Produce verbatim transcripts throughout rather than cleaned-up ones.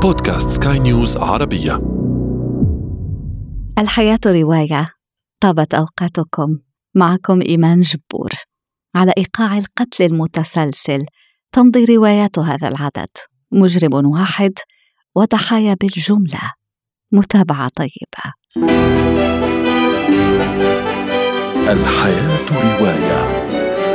بودكاست سكاي نيوز عربية. الحياة رواية. طابت أوقاتكم. معكم إيمان جبور. على إيقاع القتل المتسلسل تمضي روايات هذا العدد، مجرم واحد وضحايا بالجملة. متابعة طيبة. الحياة رواية.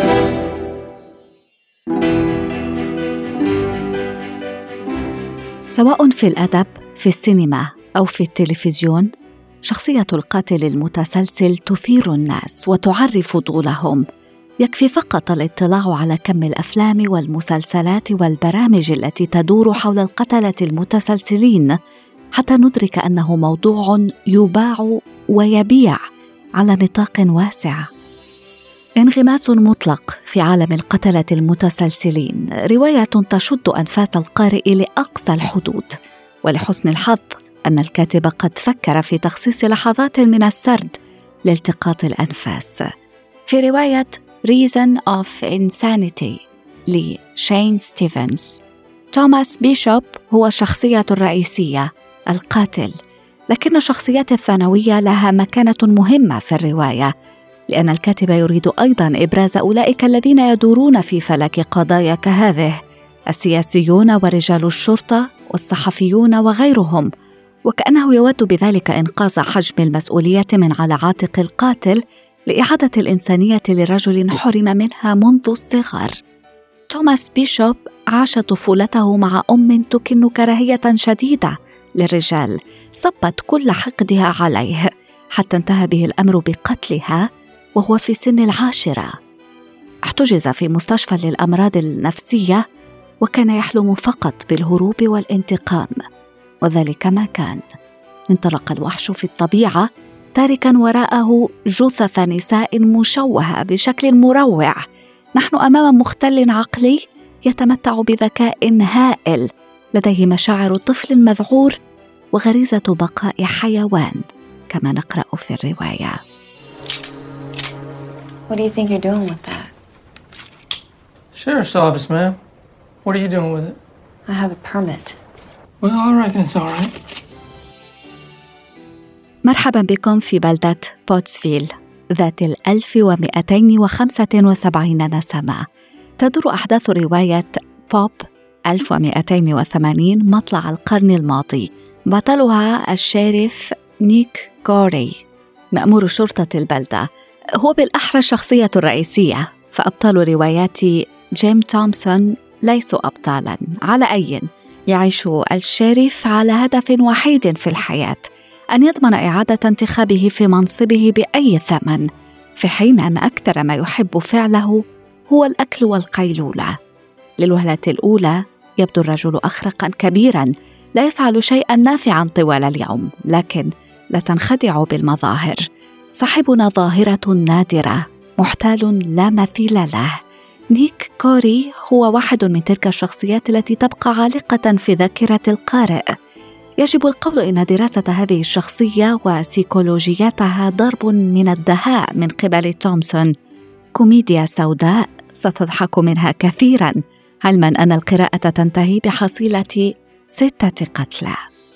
سواء في الأدب، في السينما أو في التلفزيون، شخصية القاتل المتسلسل تثير الناس وتعرف فضولهم. يكفي فقط الاطلاع على كم الأفلام والمسلسلات والبرامج التي تدور حول القتلة المتسلسلين حتى ندرك أنه موضوع يباع ويبيع على نطاق واسع. انغماس مطلق في عالم القتلة المتسلسلين، رواية تشد أنفاس القارئ لأقصى الحدود. ولحسن الحظ أن الكاتب قد فكر في تخصيص لحظات من السرد لالتقاط الأنفاس. في رواية Reason of Insanity لشين ستيفنز، توماس بيشوب هو الشخصية الرئيسية، القاتل، لكن الشخصيات الثانوية لها مكانة مهمة في الرواية، لأن الكاتب يريد أيضاً إبراز أولئك الذين يدورون في فلك قضايا كهذه: السياسيون ورجال الشرطة والصحفيون وغيرهم، وكأنه يود بذلك إنقاذ حجم المسؤولية من على عاتق القاتل لإعادة الإنسانية لرجل حرم منها منذ الصغر. توماس بيشوب عاش طفولته مع أم تكن كراهية شديدة للرجال، صبت كل حقدها عليه حتى انتهى به الأمر بقتلها وهو في سن العاشرة. احتجز في مستشفى للأمراض النفسية وكان يحلم فقط بالهروب والانتقام، وذلك ما كان. انطلق الوحش في الطبيعة تاركاً وراءه جثث نساء مشوهة بشكل مروع. نحن أمام مختل عقلي يتمتع بذكاء هائل، لديه مشاعر طفل مذعور وغريزة بقاء حيوان، كما نقرأ في الرواية. What do you think you're doing with that? Sheriff's office, ma'am. What are you doing with it? I have a permit. Well, I reckon it's all right. مرحبا بكم في بلدة بوتسفيل ذات الألف ومئتين وخمسة وسبعين نسمة. تدور أحداث رواية بوب ألف ومئتين وثمانين مطلع القرن الماضي. بطلها الشيريف نيك كوري، مأمور شرطة البلدة. هو بالأحرى الشخصية الرئيسية، فأبطال روايات جيم تومسون ليسوا أبطالاً. على أي يعيش الشيريف على هدف وحيد في الحياة: أن يضمن إعادة انتخابه في منصبه بأي ثمن، في حين أن أكثر ما يحب فعله هو الأكل والقيلولة. للوهلة الأولى يبدو الرجل أخرقاً كبيراً لا يفعل شيئاً نافعاً طوال اليوم، لكن لا تنخدع بالمظاهر. صاحبنا ظاهرة نادرة، محتال لا مثيل له. نيك كوري هو واحد من تلك الشخصيات التي تبقى عالقة في ذاكرة القارئ. يجب القول إن دراسة هذه الشخصية وسيكولوجياتها ضرب من الدهاء من قبل تومسون، كوميديا سوداء ستضحك منها كثيراً، علماً أن القراءة تنتهي بحصيلة ستة قتلى.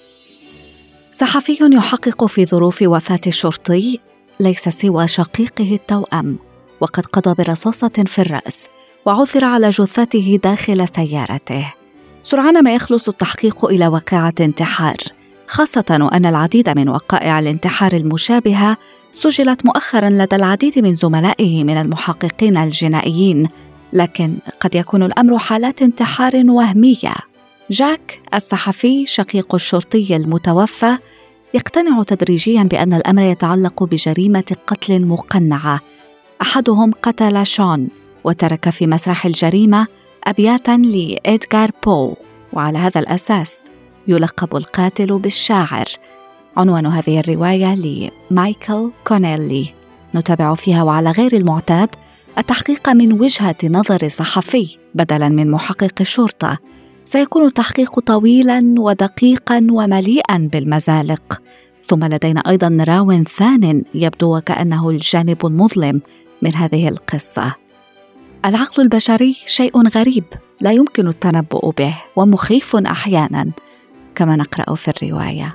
صحفي يحقق في ظروف وفاة شرطي ليس سوى شقيقه التوأم، وقد قضى برصاصة في الرأس وعثر على جثته داخل سيارته. سرعان ما يخلص التحقيق إلى واقعة انتحار، خاصة وأن العديد من وقائع الانتحار المشابهة سجلت مؤخراً لدى العديد من زملائه من المحققين الجنائيين، لكن قد يكون الأمر حالات انتحار وهمية. جاك الصحفي شقيق الشرطي المتوفى يقتنع تدريجياً بأن الأمر يتعلق بجريمة قتل مقنعة. أحدهم قتل شون وترك في مسرح الجريمة أبياتاً لإدغار بو، وعلى هذا الأساس يلقب القاتل بالشاعر. عنوان هذه الرواية لمايكل كونيلي، نتابع فيها وعلى غير المعتاد التحقيق من وجهة نظر صحفي بدلاً من محقق الشرطة. سيكون التحقيق طويلاً ودقيقاً ومليئاً بالمزالق. ثم لدينا أيضاً راو ثان يبدو وكأنه الجانب المظلم من هذه القصة. العقل البشري شيء غريب لا يمكن التنبؤ به ومخيف أحياناً. كما نقرأ في الرواية.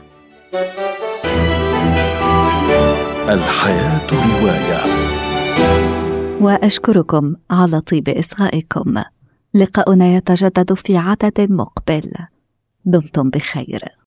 الحياة رواية. وأشكركم على طيب إصغائكم. لقاؤنا يتجدد في عدد مقبل. دمتم بخير.